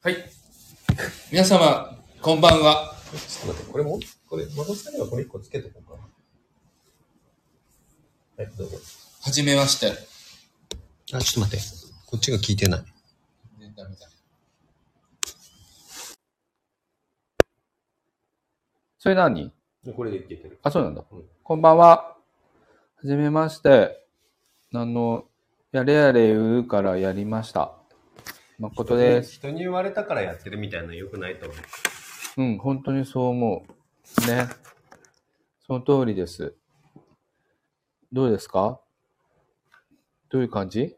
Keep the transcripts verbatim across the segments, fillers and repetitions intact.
はい。皆様、こんばんは。 ちょっと待って、これも、これ、孫さんにはこれ一個つけとこうかな。はい、どうぞ。 はじめまして。 あ、ちょっと待って。こっちが聞いてない。 全然ダメだ。それ何？ これでいけてる。 あ、そうなんだ。 うん、 こんばんは。はじめまして。あの、やれやれ言うからやりました。誠です。 人に言われたからやってるみたいなの良くないと思う。 うん、本当にそう思う。ね。その通りです。どうですか？どういう感じ？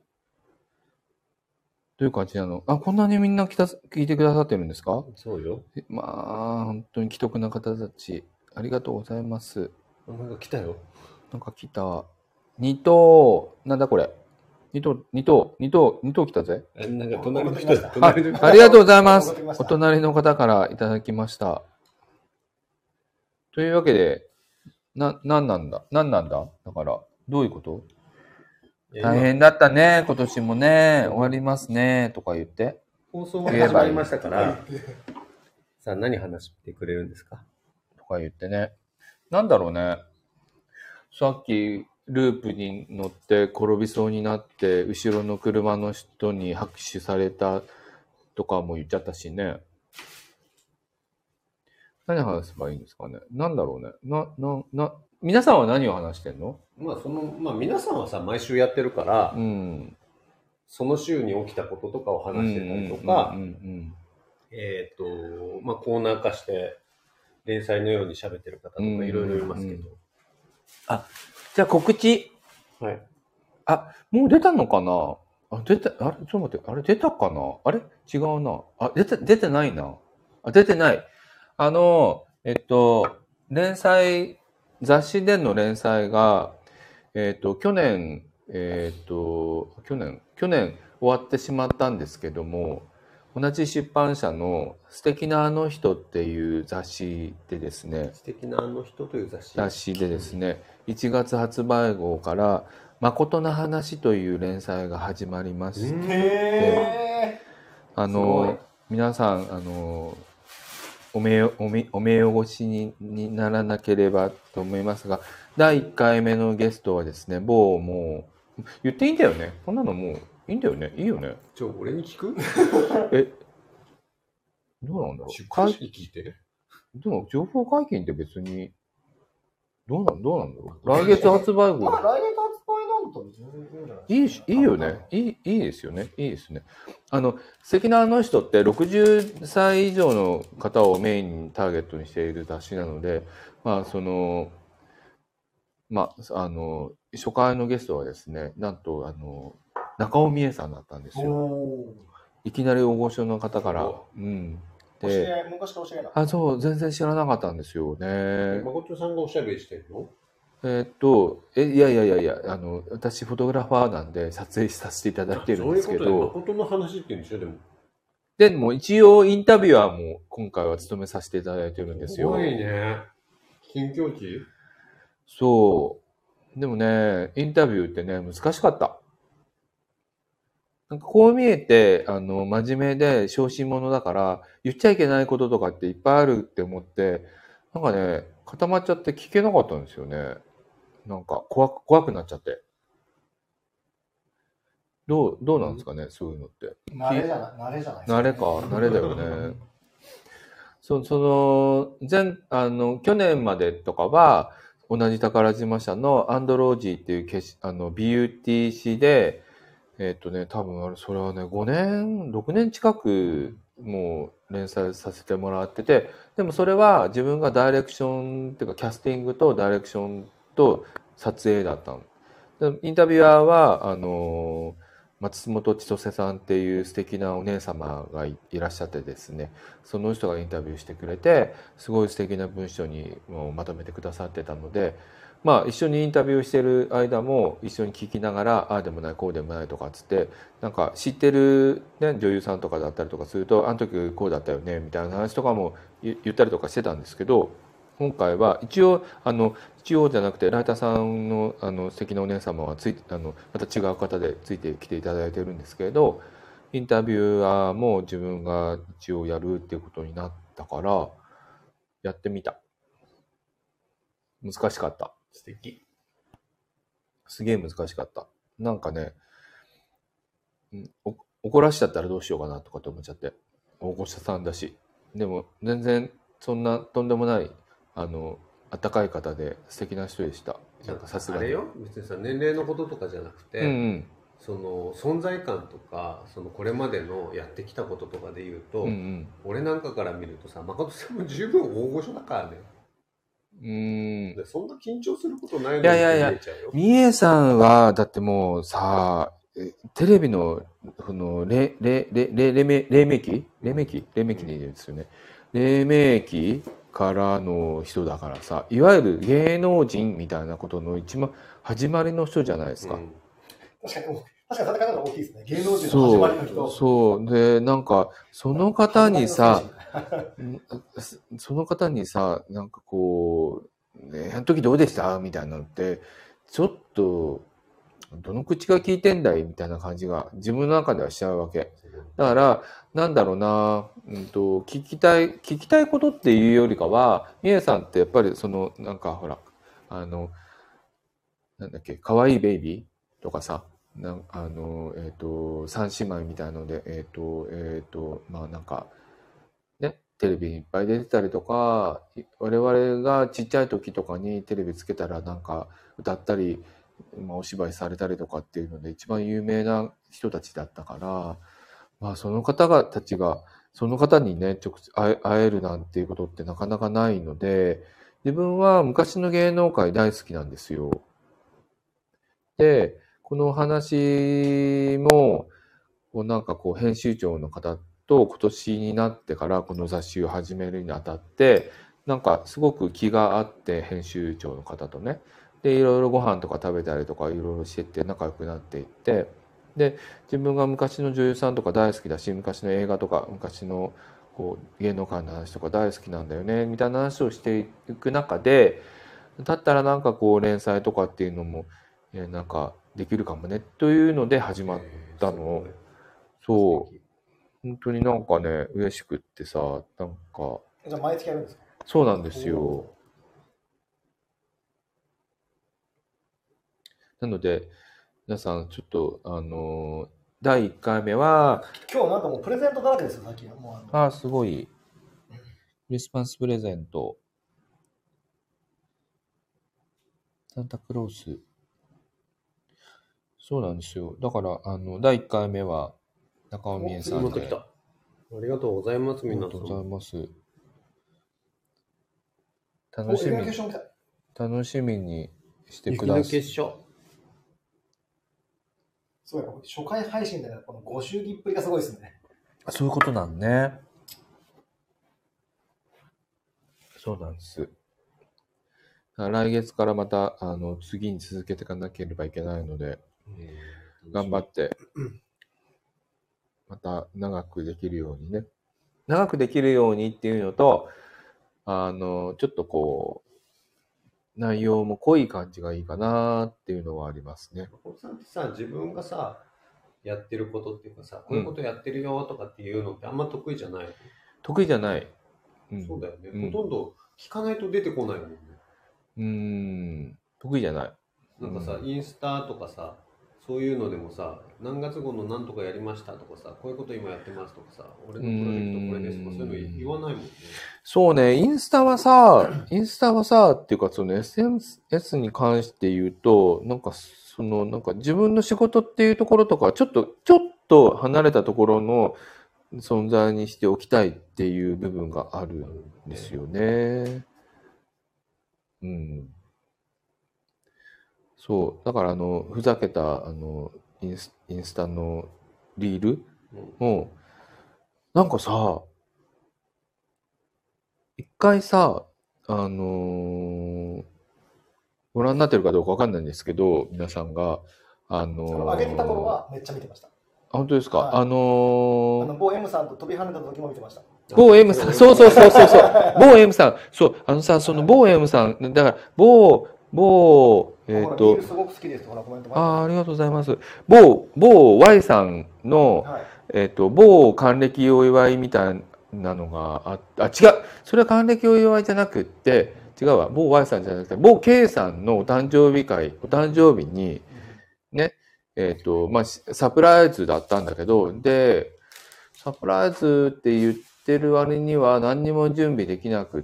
どういう感じなの？あ、こんなにみんな来た聞いてくださってるんですか？ そうよ。 まあ、本当に既得な方たち、ありがとうございます。 なんか来たよ。 なんか来た。二頭、なんだこれ。二頭、二頭、二頭、二頭来たぜ。 え、なんか隣の人、 あ、 隣の人。 ありがとうございます。お隣の方からいただきました。というわけで、な、なんなんだなんなんだだから、どういうこと？大変だったね、今年もね、終わりますね、とか言って。 放送が始まりましたから、さあ何話してくれるんですか？ とか言ってね。なんだろうね。さっき、ループに乗って転びそうになって、後ろの車の人に拍手されたとかも言っちゃったしね。何話せばいいんですかね。なんだろうね。な、な、な、皆さんは何を話してんの？ まあその、まあ皆さんはさ、毎週やってるから、 うん。 その週に起きたこととかを話してたりとか、えっと、まあコーナー化して、連載のように喋ってる方とかいろいろいますけど。 あ、じゃあ告知。 はい。 あ、もう出たのかな？あ、出た、あれちょっと待って、あれ出たかな？あれ違うな。あ、出て、出てないな。あ、出てない。あの、えっと、連載、雑誌での連載が、えっと、去年、えっと、去年、去年終わってしまったんですけども、同じ出版社の素敵なあの人っていう雑誌でですね、 素敵なあの人という雑誌雑誌でですね、いちがつ発売号から誠な話という連載が始まりまして、あの、皆さん、あの、お目お目お目汚しににならなければと思いますが、だいいっかいめのゲストはですね、某もう、言っていいんだよね。こんなのもういいんだよね。いいよね。 ちょ、俺に聞く？ え、どうなんだろう。 出版社に聞いて？ でも、情報解禁って別に、どうなん、どうなんだろう。来月発売号。 まあ、来月発売なんと全然いいんじゃないですか。 いいし、いいよね。いい、いいですよね。いいですね。あの、素敵なあの人ってろくじゅっさい以上の方をメインにターゲットにしている雑誌なので、まあ、その、まあ、あの、初回のゲストはですね、なんと、あの、中尾美恵さんだったんですよ。いきなり大御所の方から、うん。 で、昔から教えなあ、そう、全然知らなかったんですよね。 誠さんがおしゃべりしてるの？ えーっと、え、いやいやいやいや、あの、私、フォトグラファーなんで、撮影させていただいてるんですけど。 そういうことで、誠の話って言うんでしょ、でも。 でも、一応、インタビュアーも今回は務めさせていただいてるんですよ。 すごいね。近況値？ そう。でもね、インタビューってね、難しかった。なんかこう見えて、あの、真面目で小心者だから、言っちゃいけないこととかっていっぱいあるって思って、なんかね、固まっちゃって聞けなかったんですよね。なんか怖く、怖くなっちゃって。どう、どうなんですかね、そういうのって。 慣れじゃない、慣れじゃないですか、 慣れか、慣れだよね。そその、前、あの、去年までとかは、同じ宝島社のアンドロージーっていう消し、あの、ビューティー誌で、えっとね、多分あれ、それはね、ごねん、ろくねん近く、もう連載させてもらってて、でもそれは自分がダイレクションっていうか、キャスティングとダイレクションと撮影だったの。でインタビュアーは、あの、松本千歳さんっていう素敵なお姉様が い, いらっしゃってですね、その人がインタビューしてくれて、すごい素敵な文章にもうまとめてくださってたので、まあ一緒にインタビューしてる間も一緒に聞きながら、ああでもないこうでもないとかっつって、なんか知ってる、ね、女優さんとかだったりとかすると、あの時こうだったよねみたいな話とかも言ったりとかしてたんですけど、今回は一応あの一応じゃなくてライターさんのあの素敵なお姉様はついあのまた違う方でついてきていただいてるんですけれど、 インタビュアーも自分が一応やるっていうことになったから、やってみた。難しかった。 素敵。 すげえ難しかった。なんかね、お怒らしちゃったらどうしようかなとかって思っちゃって。大御所さんだし。でも全然そんなとんでもない、あの、温かい方で素敵な人でした。 なんかさすがに。あれよ、別にさ、年齢のこととかじゃなくて、 うんうん、 その存在感とか、そのこれまでのやってきたこととかで言うと、うんうん、俺なんかから見るとさ、誠さんも十分大御所だからね。 うーん。 でそんな緊張することないのにいやいやいや、みえさんは、だってもうさ、テレビの、その、れ、れ、れ、れ、れめ、黎明期黎明期黎明期でいいですよね。黎明期からの人だからさ、いわゆる芸能人みたいなことの一番始まりの人じゃないですか。うん、 確かに、確かに戦い方が大きいですね。芸能人の始まりの人。 そう、そう。で、なんか、その方にさ、その方にさ、なんかこう、ね、あの時どうでしたみたいなのって、ちょっと、どの口が聞いてんだいみたいな感じが自分の中ではしちゃうわけ。だから、なんだろうな、うんと、聞きたい、聞きたいことっていうよりかは、みえさんってやっぱりその、なんかほら、あの、なんだっけ、かわいいベイビーとかさ、なんあの、えっと、三姉妹みたいので、えっと、えっと、まあなんか、ね、テレビにいっぱい出てたりとか、我々がちっちゃい時とかにテレビつけたらなんか歌ったり、まあ、お芝居されたりとかっていうので一番有名な人たちだったから、まあその方がたちが、その方にね、直接会えるなんていうことってなかなかないので、自分は昔の芸能界大好きなんですよ。で、この話も、なんかこう編集長の方と今年になってからこの雑誌を始めるにあたって、なんかすごく気があって編集長の方とね、で、いろいろご飯とか食べたりとかいろいろしてって仲良くなっていって、で、自分が昔の女優さんとか大好きだし、昔の映画とか昔のこう芸能界の話とか大好きなんだよね、みたいな話をしていく中で、だったらなんかこう連載とかっていうのも、なんかできるかもね、というので始まったの。そう。本当になんかね、嬉しくってさ、なんか。 じゃあ毎月やるんですか？ そうなんですよ。なので、皆さんちょっと、あの、だいいっかいめは、 今日なんかもうプレゼントだらけですよ、さっきは。もうあのああ、すごい。クリスマスプレゼント。サンタクロース。そうなんですよ。だから、あの、だいいっかいめは、中尾美恵さんで。 ありがとうございます、みんな。 ありがとうございます。楽しみ、楽しみにしてください。 雪の結晶。 すごい、初回配信でこのご祝儀っぷりがすごいですね。 そういうことなんね。そうなんです。来月からまた、あの、次に続けていかなければいけないので、頑張って、また長くできるようにね。長くできるようにっていうのと、あの、ちょっとこう、内容も濃い感じがいいかなっていうのはありますね。 お子さんってさ、自分がさ、やってることっていうかさ、こういうことやってるよとかっていうのってあんま得意じゃない、うん、 得意じゃない、 うん、そうだよね、うん。ほとんど聞かないと出てこないもんね。 うーん、得意じゃない。 なんかさ、うん、インスタとかさ、そういうのでもさ、何月号の何とかやりましたとかさ、こういうこと今やってますとかさ、俺のプロジェクトこれですとか、そういうの言わないもんね。 そうね、インスタはさ、インスタはさ、っていうかその エスエヌエス に関して言うと、なんかその、なんか自分の仕事っていうところとか、ちょっと、ちょっと離れたところの存在にしておきたいっていう部分があるんですよね。うん。そう。だから、あの、ふざけた、あの、インス、インスタのリールも、うん、なんかさ、一回さ、あのー、ご覧になってるかどうかわかんないんですけど、皆さんが、あのー、 上げてた頃はめっちゃ見てました。 本当ですか、はい、あのー、 あの、某 M さんと飛び跳ねた時も見てました。 某 M さん、そうそうそうそうそう、某 M さん、そう、あのさ、その某 M さん、だから、某、某、えっ、ー、と、 すごく好きです。ほらコメントああ、ありがとうございます。某、某 Y さんの、はい、 えっと、某還暦お祝いみたいなのがああ、違うそれは還暦お祝いじゃなくって、違うわ、某 Y さんじゃなくて、某 K さんのお誕生日会、お誕生日に、ね、えっと、まあ、サプライズだったんだけど、で、サプライズって言ってる割には何にも準備できなくって、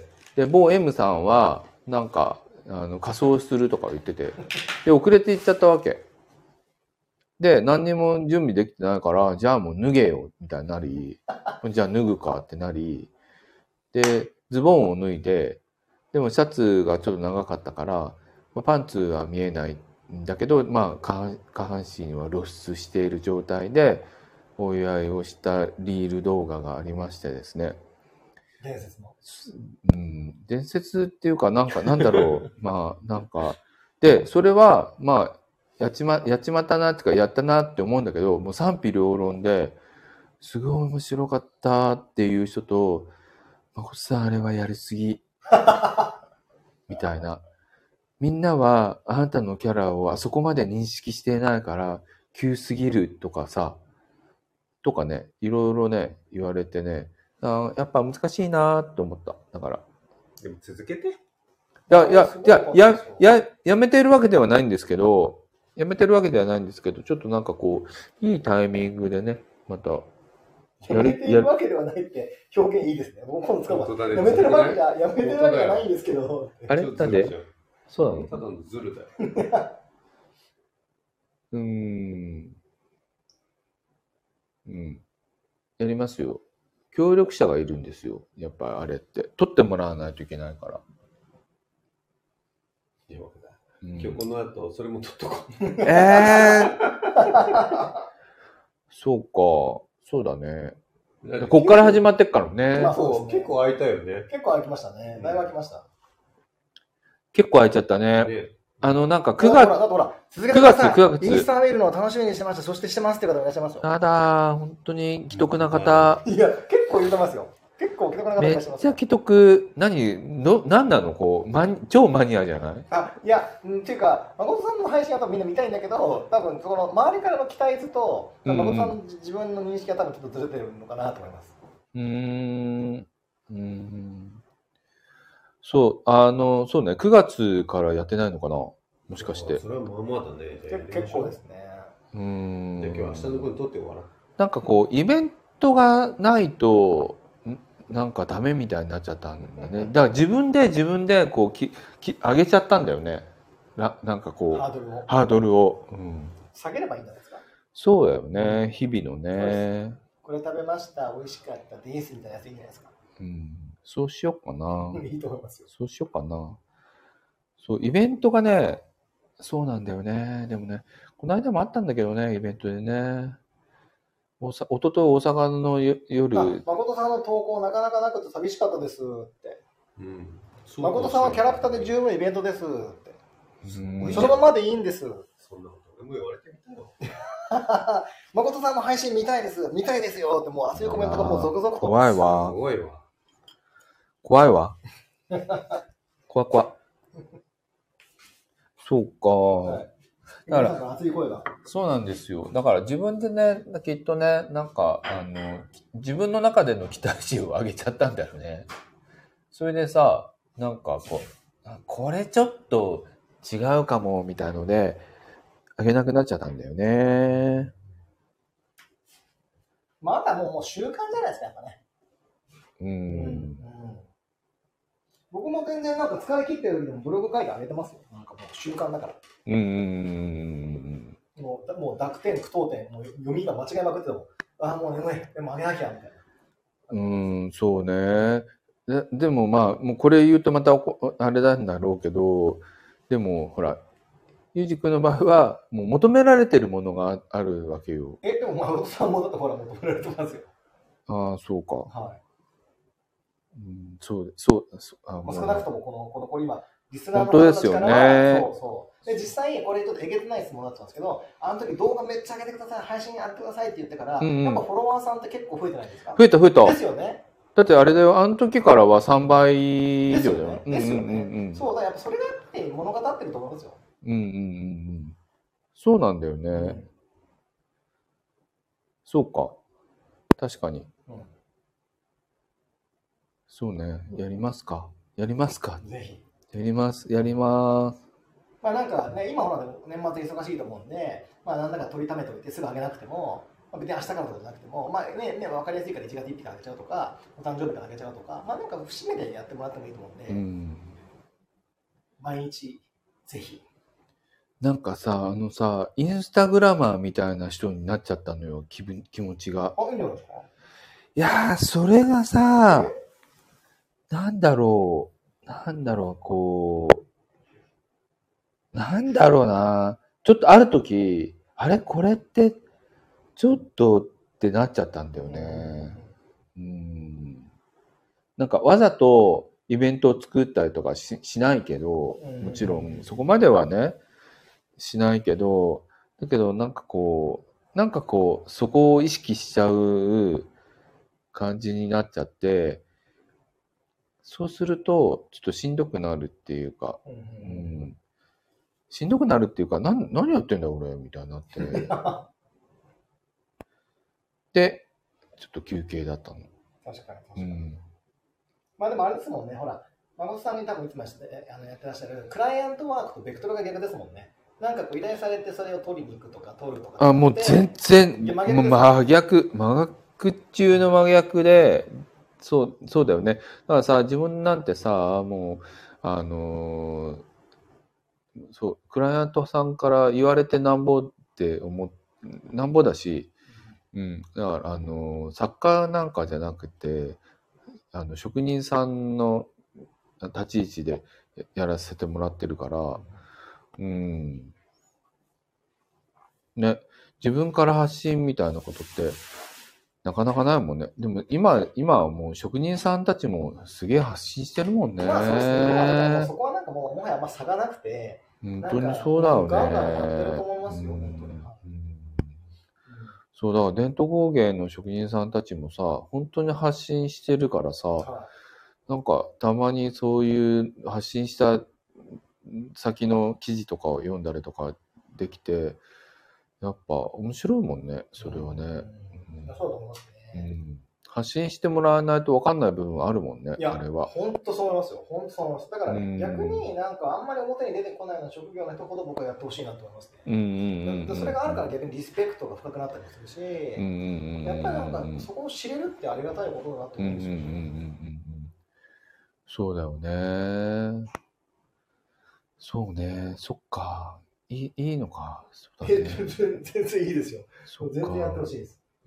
で、某 M さんは、なんか、あの、仮装するとか言ってて、で、遅れて行っちゃったわけ。で、何にも準備できてないから、じゃあもう脱げよ、みたいになり、じゃあ脱ぐかってなり、で、ズボンを脱いで、でもシャツがちょっと長かったから、まあ、パンツは見えないんだけど、まあ下、下半身は露出している状態で、お祝いをしたリール動画がありましてですね。 伝説の。 うん、伝説っていうか、なんか、なんだろう。まあ、なんか、で、それは、まあ、やっちま、やっちまったなっていうか、やったなって思うんだけど、もう賛否両論で、すごい面白かったっていう人と、まこさんあれはやりすぎ。みたいな。みんなは、あなたのキャラをあそこまで認識していないから、急すぎるとかさ、とかね、いろいろね、言われてね、あやっぱ難しいなと思った。だから。 でも続けて。 いや、いや、いや、や、や、やめてるわけではないんですけど、やめてるわけではないんですけど、ちょっとなんかこう、いいタイミングでね、また。 やめてるわけではないって表現いいですね。僕今度使うわ。やめてるわけじゃ、やめてるわけじゃないんですけど。 あれなんでそうなのただのズルだよ。 うーん。うん。やりますよ。協力者がいるんですよ。やっぱりあれって。取ってもらわないといけないから。 いや、うん、今日この後、それも取っとこう。 ええー、そうか。そうだね。こっから始まってっからね。 まあそうですね。 結構空いたよね。 結構空きましたね。だいぶ空きました。 結構空いちゃったね。ねあの、なんかくがつ、 くがつ、くがつ。インスタ見るのを楽しみにしてました。そしてしてますって方もいらっしゃいますよ。 ただ、本当に既得な方。 いや、結構言ってますよ。結構既得な方いらっしゃいます。 めっちゃ既得、何、の、何なのこう、マニ、超マニアじゃないあ、いや、んっていうか、誠さんの配信は多分みんな見たいんだけど、多分その周りからの期待図と、誠さんの自分の認識は多分ちょっとずれてるのかなと思います。 うーん。うーん。そう、あの、そうね、くがつからやってないのかなもしかして。 それはまあまあだね。 結構ですね。 うーん。 じゃあ今日明日の分取っておかな。 なんかこう、イベントがないと、なんかダメみたいになっちゃったんだね。だから自分で自分でこうきき上げちゃったんだよね。な, なんかこうハードルを。 ハードルを、うん、 下げればいいんじゃないですか。 そうだよね。日々のね。 これ食べました。美味しかったですみたいなやついいんじゃないですか。 うん。そうしようかな。 いいと思いますよ。 そうしようかな。そう、イベントがね、そうなんだよね。でもね、この間もあったんだけどね、イベントでね。おさおととい大阪の夜。 誠さんの投稿なかなかなくて寂しかったですって。 うん。 誠さんはキャラクターで十分イベントですって。うん、そのままでいいんです。 そんなこと俺も言われてみたよ。 誠さんの配信見たいです。見たいですよってもう熱いコメントがもう続々と。 怖いわ。 すごいわ。 怖いわ。怖怖。そうか。はいだから熱い声がそうなんですよ。だから自分でね、きっとね、なんか、あの、自分の中での期待値を上げちゃったんだよね。それでさ、なんかこう、これちょっと違うかも、みたいので、上げなくなっちゃったんだよね。 まだもう、もう習慣じゃないですか、やっぱね。 うん。うんうん僕も全然なんか疲れ切ってるよりもブログ書いてあげてますよ。なんかもう習慣だから。 うんうんうんうん。もう、もう濁点、句読点、もう読みが間違いまくってても、ああ、もう眠い、でもあげなきゃ、みたいな。 うん、そうね。で、でもまあ、もうこれ言うとまたあれなんだろうけど、でもほら、ゆうじくんの場合は、もう求められてるものがあるわけよ。 え、でも誠さんもだってほら求められてますよ。 ああ、そうか。 はい。 うん、そう、そう、 あまあ、少なくともこの、この、これ今、リスナーの方たちからは、 そうそう。で、実際、これちょっとえげつない質問だったんですけど、あの時動画めっちゃ上げてください、配信やってくださいって言ってから、うんうん、やっぱフォロワーさんって結構増えてないですか？ 増えた増えた。 ですよね。 だってあれだよ、あの時からはさんばい以上だよ。 ですよね。そうだ、やっぱそれがって物語ってると思うんですよ。 うんうんうんうん。そうなんだよね。うんそうか。確かに。 うん、 そうね。やりますか。やりますか。 ぜひ。 やります。やります。 まあなんかね、今ほら年末忙しいと思うんで、まあなんだか取りためておいてすぐあげなくても、まあ、別に明日からとかじゃなくても、まあね、ね、分かりやすいからいちがつついたちからあげちゃうとか、お誕生日からあげちゃうとか、まあなんか節目でやってもらってもいいと思うんで、 うん。 毎日、ぜひ。 なんかさ、あのさ、インスタグラマーみたいな人になっちゃったのよ、気分、気持ちが。 あ、いいんじゃないですか。 いやー、それがさ、なんだろう、なんだろう、こう、なんだろうな。ちょっとある時、あれこれって、ちょっとってなっちゃったんだよね。うん。なんかわざとイベントを作ったりとか し, しないけど、もちろんそこまではね、しないけど、だけどなんかこう、なんかこう、そこを意識しちゃう感じになっちゃって、そうすると、ちょっとしんどくなるっていうか、 うんうんうん、しんどくなるっていうか、なん何やってんだ俺みたいになって。で、ちょっと休憩だったの。 確かに確かに。 うん、 まあでもあれですもんね、ほら、誠さんに多分いつもやってあのやってらっしゃる、クライアントワークとベクトルが逆ですもんね。なんかこう依頼されてそれを取りに行くとか取るとか。 あ、もう全然、もう真逆、真逆中の真逆で、そう、そうだよね。だからさ、自分なんてさ、もう、あのー、そう、クライアントさんから言われてなんぼって思っ、なんぼだし、うん、だから、あのー、作家なんかじゃなくて、あの、職人さんの立ち位置でやらせてもらってるから、うん、ね、自分から発信みたいなことってなかなかないもんね。でも今、今はもう職人さんたちもすげえ発信してるもんね。 まあそうですね。今だからもうそこはなんかもうもはやあんま差がなくて、 本当にそうだよね。 ガンガンやってると思いますよ、本当に。うん、 そうだから伝統工芸の職人さんたちもさ、本当に発信してるからさ、 はい、 なんかたまにそういう発信した先の記事とかを読んだりとかできて、やっぱ面白いもんね、それはね。うん、 そうだと思いますね。 うん、発信してもらわないと分かんない部分あるもんね、 いや、 あれは。 本当そう思いますよ。本当そう思います。だからね、うん、逆になんかあんまり表に出てこないような職業の人ほど僕はやってほしいなと思いますね。 うんうんうんうん、 それがあるから逆にリスペクトが深くなったりするし、うんうんうん、やっぱりなんかそこを知れるってありがたいことだなと思うんですよね。うんうんうんうん、 そうだよね。そうね、そっか。いい、いいのか。 そうだね、全然、全然いいですよ。全然やってほしいです。 うん。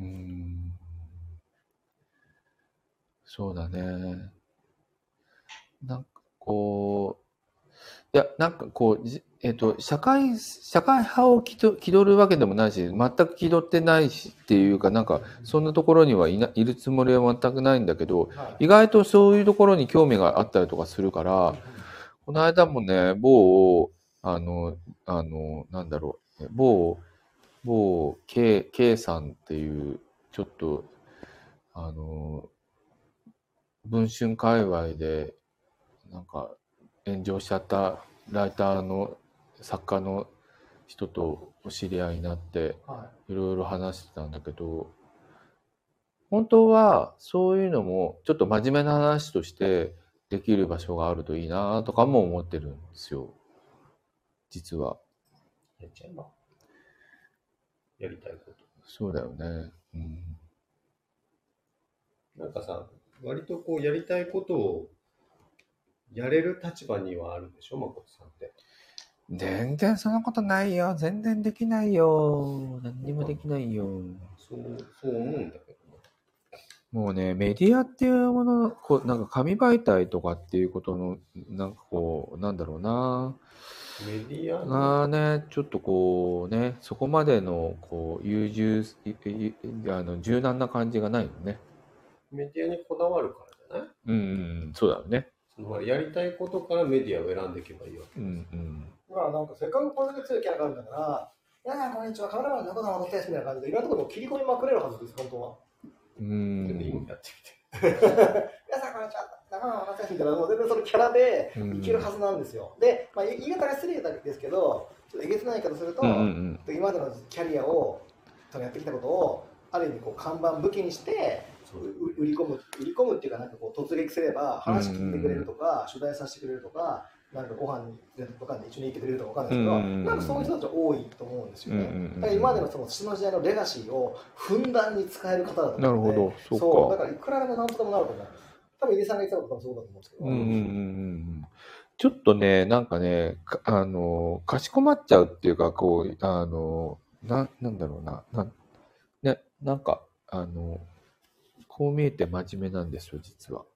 そうだね。なんかこう、いや、なんかこう、えっと、社会、社会派を気取るわけでもないし、全く気取ってないしっていうか、なんか、そんなところにはいな、いるつもりは全くないんだけど、はい、意外とそういうところに興味があったりとかするから、この間もね、某、あの、あの、なんだろう、某、某 K、K さんっていう、ちょっと、あの、文春界隈で、なんか、炎上しちゃったライターの作家の人とお知り合いになって、いろいろ話してたんだけど、本当はそういうのも、ちょっと真面目な話として、できる場所があるといいなとかも思ってるんですよ。実は。 やっちゃえば。やりたいこと。 そうだよね。うん。 なんかさ、割とこうやりたいことをやれる立場にはあるでしょ、誠さんって。 全然そんなことないよ。全然できないよ。何にもできないよ。 そう、そう思うんだけど。 もうね、メディアっていうもの、こうなんか紙媒体とかっていうことの、なんかこう、なんだろうな。 メディアがね、ちょっとこうね、そこまでのこう優柔、あの柔軟な感じがないよね。 メディアにこだわるからじゃない？ うん、うん、そうだよね。 そのやりたいことからメディアを選んでいけばいいわけです。うんうん。 だからなんかせっかくこれだけ強いキャラがあるんだから、いやーこんにちは、カメラマンの中田誠ですみたいな感じでいろんなところに切り込みまくれるはずです、本当は。 うん。 やってみて。皆さんこんにちは、中田誠ですみたいな、もう全然そのキャラでいけるはずなんですよ。うん、で、まあ、言い方が失礼ですけど、ちょっとえげつない言い方すると、うんうんうん、今までのキャリアをやってきたことをある意味こう看板武器にして売り込む売り込むっていうかなんかこう突撃すれば話聞いてくれるとか、取材させてくれるとか、なんかご飯にとかで一緒に行ってくれるとかわかんないですけど、なんかそういう人たちは多いと思うんですよね。だから今までのその土の時代のレガシーをふんだんに使える方だと思うので、 なるほど、そうか。 そうだからいくらでもなんとでもなると思う。多分入江さんが言ってたこともそうだと思うんですけど。 うんうんうんうん。ちょっとね、なんかね、かあの、かしこまっちゃうっていうか、こう、あの、な、なんだろうな、な、ね、なんか、あの、こう見えて真面目なんですよ、実は。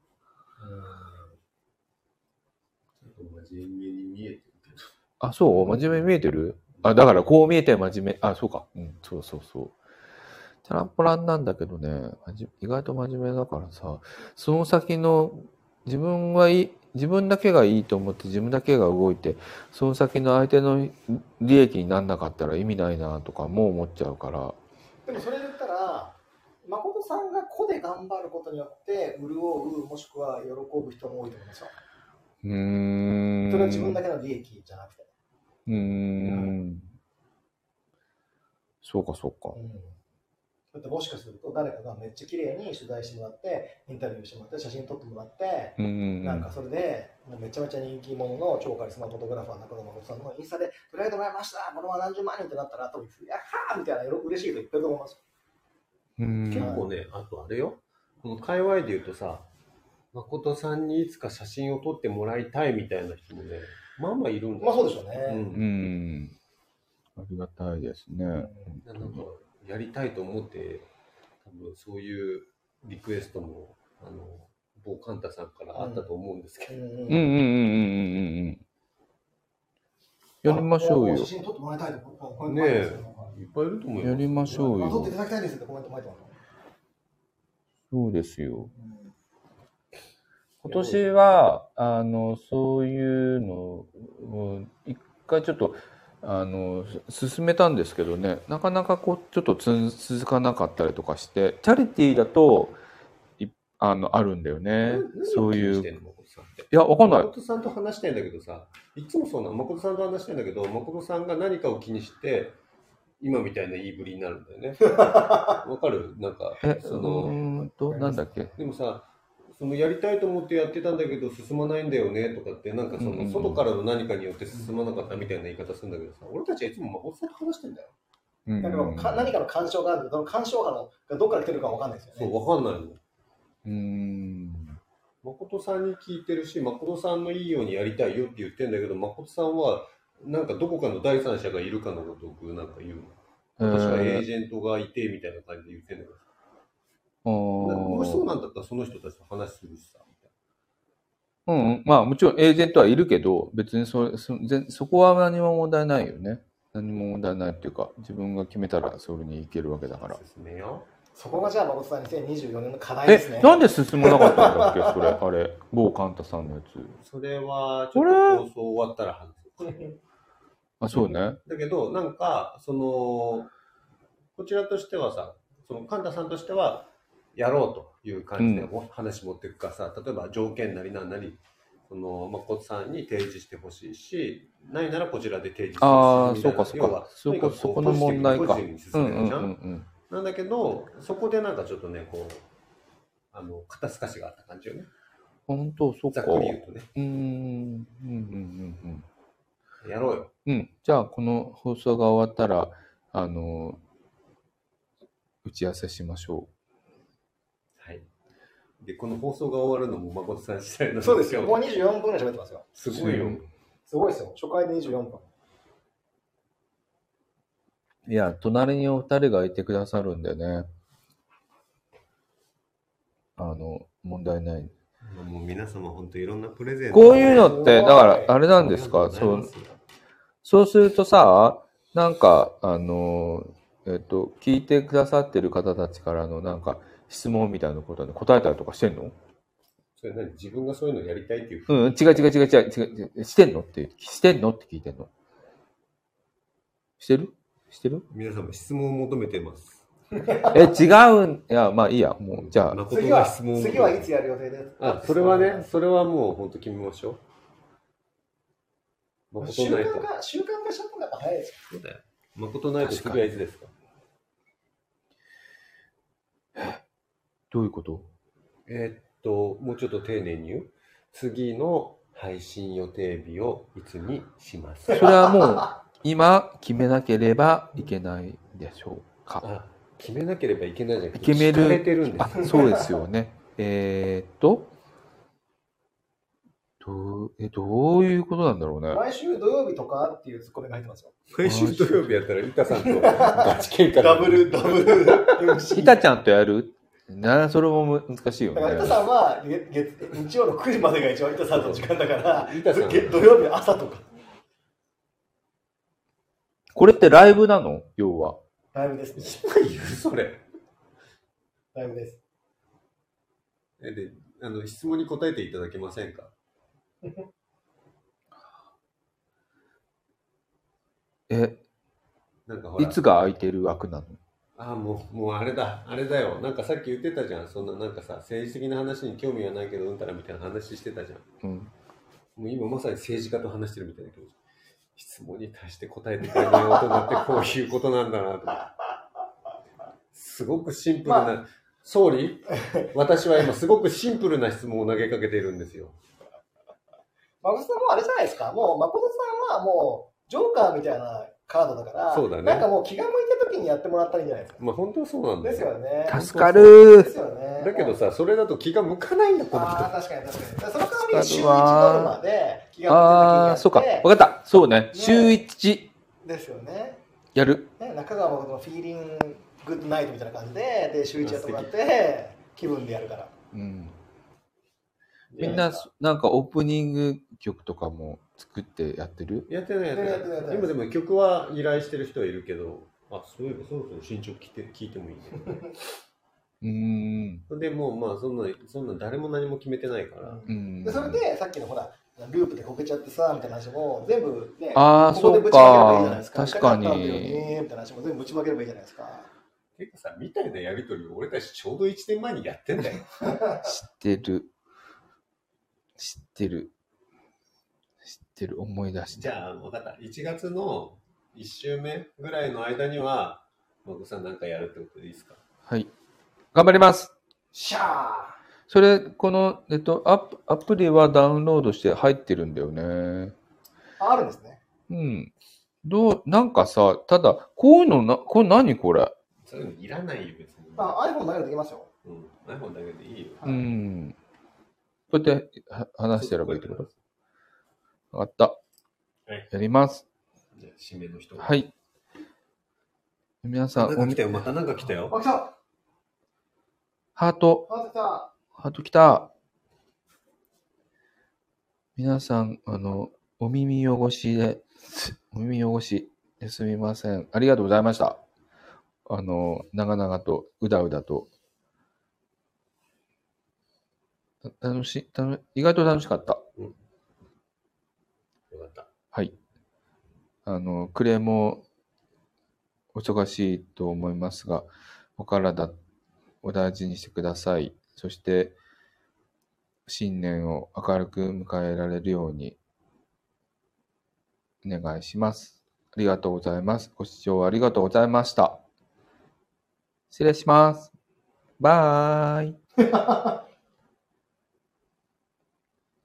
ちょっと真面目に見えてるけど。 あ、そう真面目に見えてるあ、だからこう見えて真面目。あ、そうか。うん、そうそうそう。チャランポランなんだけどね、意外と真面目だからさ、その先の自分はいい、自分だけがいいと思って自分だけが動いて、その先の相手の利益にならなかったら意味ないなとかもう思っちゃうから。 でもそれ言ったら、誠さんが個で頑張ることによって潤う、もしくは喜ぶ人も多いと思いますよ。 うーん。 それは自分だけの利益じゃなくて。 うーん。そうかそうか。 うんだってもしかすると誰かがめっちゃ綺麗に取材してもらってインタビューしてもらって写真撮ってもらって、うん、なんかそれでもうめちゃめちゃ人気者の超カリスマフォトグラファー中野誠さんのインスタで取り上げてもらいました、これは何十万人ってなったら多分やっはーみたいな嬉しい人いっぱいいると思います。 うん、結構ね、あとあれよ、この界隈で言うとさ、誠さんにいつか写真を撮ってもらいたいみたいな人もね、まあまあいるんだよ。 まあそうでしょうね。うん、 うんありがたいですね。うん、 なんかやりたいと思って多分そういうリクエストもあの某カンタさんからあったと思うんですけど、うんうんうんうんうんうんやりましょうよ。 写真撮ってもらいたいと思う。 ねえ、いっぱいいると思うよ。 やりましょうよ。 撮っていただきたいですってコメントも入ってます。 そうですよ。今年はあのそういうのを一回ちょっとあの進めたんですけどね、なかなかこうちょっとつ続かなかったりとかして、チャリティーだといあのあるんだよね。そういう。いやわかんない。 誠さんと話したいんだけどさ、いつもそうなの。誠さんと話したいんだけど、誠さんが何かを気にして今みたいな言いぶりになるんだよね。わかる？なんかそのうんとなんだっけ。 でもさ。そのやりたいと思ってやってたんだけど進まないんだよねとかってなんかその外からの何かによって進まなかったみたいな言い方するんだけどさ、俺たちはいつも誠さんと話してんだよ。 うん、だから何かの干渉があるけど、その干渉波がどこから来てるかわかんないですよね。 そう、わかんないの。 うーん。 誠さんに聞いてるし、誠さんのいいようにやりたいよって言ってんだけど、誠さんはなんかどこかの第三者がいるかのごとくなんか言うの。私はエージェントがいてみたいな感じで言ってんだけど。もしそうなんだったらその人たちと話するしさ。 うん、まあもちろんエージェントはいるけど、別にそそそこは何も問題ないよね。何も問題ないっていうか、自分が決めたらそれに行けるわけだから。 進めよう。そこがじゃあ誠さんにせんにじゅうよねんの課題ですね。 え、なんで進まなかったんだっけ、それ、あれ、某カンタさんのやつ。 それはちょっと放送終わったら話す。 あ、そうね。 だけど、なんか、その、こちらとしてはさ、そのカンタさんとしては、やろうという感じで話持っていくかさ、うん、例えば条件なりなんなり、その誠さんに提示してほしいし、ないならこちらで提示してほしいみたいな。ああ、そうかそうか。 そこそこの問題か。 ポジティブに進めるじゃん。なんだけど、そこでなんかちょっとね、こう、あの、肩透かしがあった感じよね。 本当、そうか。 ざっくり言うとね。 うーん、うん、うん、うんうん。やろうよ。 うん。じゃあ、この放送が終わったら、あの、打ち合わせしましょう。 はい。で、この放送が終わるのも誠さん次第なんですよ。そうですよ。もうにじゅうよんぷんぐらい喋ってますよ。 すごいよ。 すごいですよ。初回でにじゅうよんぷん。 いや、隣にお二人がいてくださるんでね。あの、問題ない。 もう皆様本当いろんなプレゼント。 こういうのって、だからあれなんですか、そう、そうするとさ、なんか、あの、えっと、聞いてくださってる方たちからのなんか質問みたいなことで答えたりとかしてんの？ それ何？自分がそういうのやりたいっていう。 うん、違う違う違う違う違う。してんのって、してんのって聞いてんの？してる？してる？ 皆様質問を求めてます。 え、違うん、いや、まあいいや、もう、じゃあ。 次は、次はいつやる予定です？ あ、それはね、それはもう本当決めましょう。誠ナイト。習慣が、習慣化しちゃったのが早いですよ。 そうだよ。誠ナイト次はいつですか？ どういうこと？ えーっと、もうちょっと丁寧に言う。次の配信予定日をいつにします。 それはもう今決めなければいけないでしょうか。 あ、決めなければいけないじゃなくて、 決める聞かれてるんです。 あ、そうですよね。えーっと、どう、え、どういうことなんだろうね。 来週土曜日とかっていうツッコミが入ってますよ。 来週土曜日やったら、イタさんとガチ喧嘩ダブル、ダブル エムシー。 ひたちゃんとやるな、それも難しいよね。 だから、板さんは月月日曜のくじまでが一番板さんの時間だから、 板さん土曜日の朝とか。 これってライブなの？要は。 ライブですね。 今言うそれ。 ライブです。 えで、あの、質問に答えていただけませんか？ え、 なんかほら。 いつが空いてる枠なの？ ああ、もう、もうあれだ、あれだよ。なんかさっき言ってたじゃん。そんななんかさ、政治的な話に興味はないけど、うんたらみたいな話してたじゃん。 うん。 もう今まさに政治家と話してるみたいだけど、質問に対して答えてくれない大人ってこういうことなんだなと。すごくシンプルな、まあ、総理、私は今すごくシンプルな質問を投げかけているんですよ。 誠さんもあれじゃないですか。もう誠さんはもうジョーカーみたいなカードだから、 そうだね、 なんかもう気が向いた時にやってもらったらいいんじゃないですか。 まあ本当はそうなんだよ。 ですよね。 助かる。 ですよね。 だけどさ、それだと気が向かないんだ、この人。 ああ、確かに確かに。その代わり週いちノルマで気が向いた時にやって。 ああ、そうか。わかった。そうね。ね、週いち。 ですよね。 やる。 ね、中川誠のフィーリングッドナイトみたいな感じで、で、週いちやってもらって、気分でやるから。 うん。みんな、なんかオープニング曲とかも作ってやってる？ やってないやってない。今でも曲は依頼してる人はいるけど、あ、そういえばそろそろ進捗聞いて、聞いてもいいね。 うーん。 でもまあそんな、そんな誰も何も決めてないから。 うん、でそれでさっきのほら、ループでこけちゃってさ、みたいな話も全部ね、 ああ、そうか。確かに。 みたいな話も全部ぶちまければいいじゃないですか。 結構さ、みたいなやりとりを俺たちちょうどいちねんまえにやってんだよ。 知ってる。知ってる。知ってる。思い出して。 じゃあ、分かった。いちがつのいっ週目ぐらいの間には、まこさんなんかやるってことでいいですか？ はい。頑張ります。 シャー。 それ、この、えっと、アプ、アプリはダウンロードして入ってるんだよね。 あるんですね。 うん。どう、なんかさ、ただ、こういうのな、これ何これ？ そういうのいらないよ、別に。 あ、iPhone だけでできますよ。 うん。iPhone だけでいいよ。 うん。こうやって話してればいいってこと？わかった。はい。やります。 じゃあ、締めの人。 はい。皆さん、 なんか来たよ。またなんか来たよ。 あ、来た。 ハート。 ハート来た。 ハート来た。皆さん、あの、お耳汚しで、お耳汚しですみません。ありがとうございました。あの、長々と、うだうだと。楽しい、楽意外と楽しかった。 うん。よかった。 はい。あの、クレーもお忙しいと思いますが、お体お大事にしてください。そして、新年を明るく迎えられるようにお願いします。ありがとうございます。ご視聴ありがとうございました。失礼します。バイ。